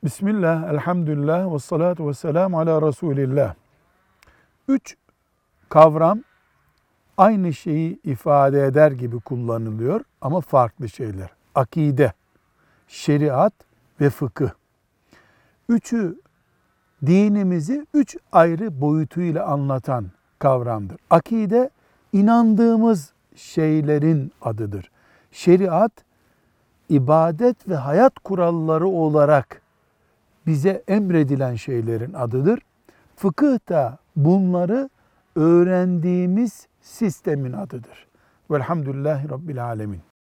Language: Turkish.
Bismillah, elhamdülillah, ve salatu ve selamu ala Resulillah. Üç kavram aynı şeyi ifade eder gibi kullanılıyor ama farklı şeyler. Akide, şeriat ve fıkıh. Üçü dinimizi üç ayrı boyutuyla anlatan kavramdır. Akide, inandığımız şeylerin adıdır. Şeriat, ibadet ve hayat kuralları olarak bize emredilen şeylerin adıdır. Fıkıh da bunları öğrendiğimiz sistemin adıdır. Velhamdülillahi Rabbil Alemin.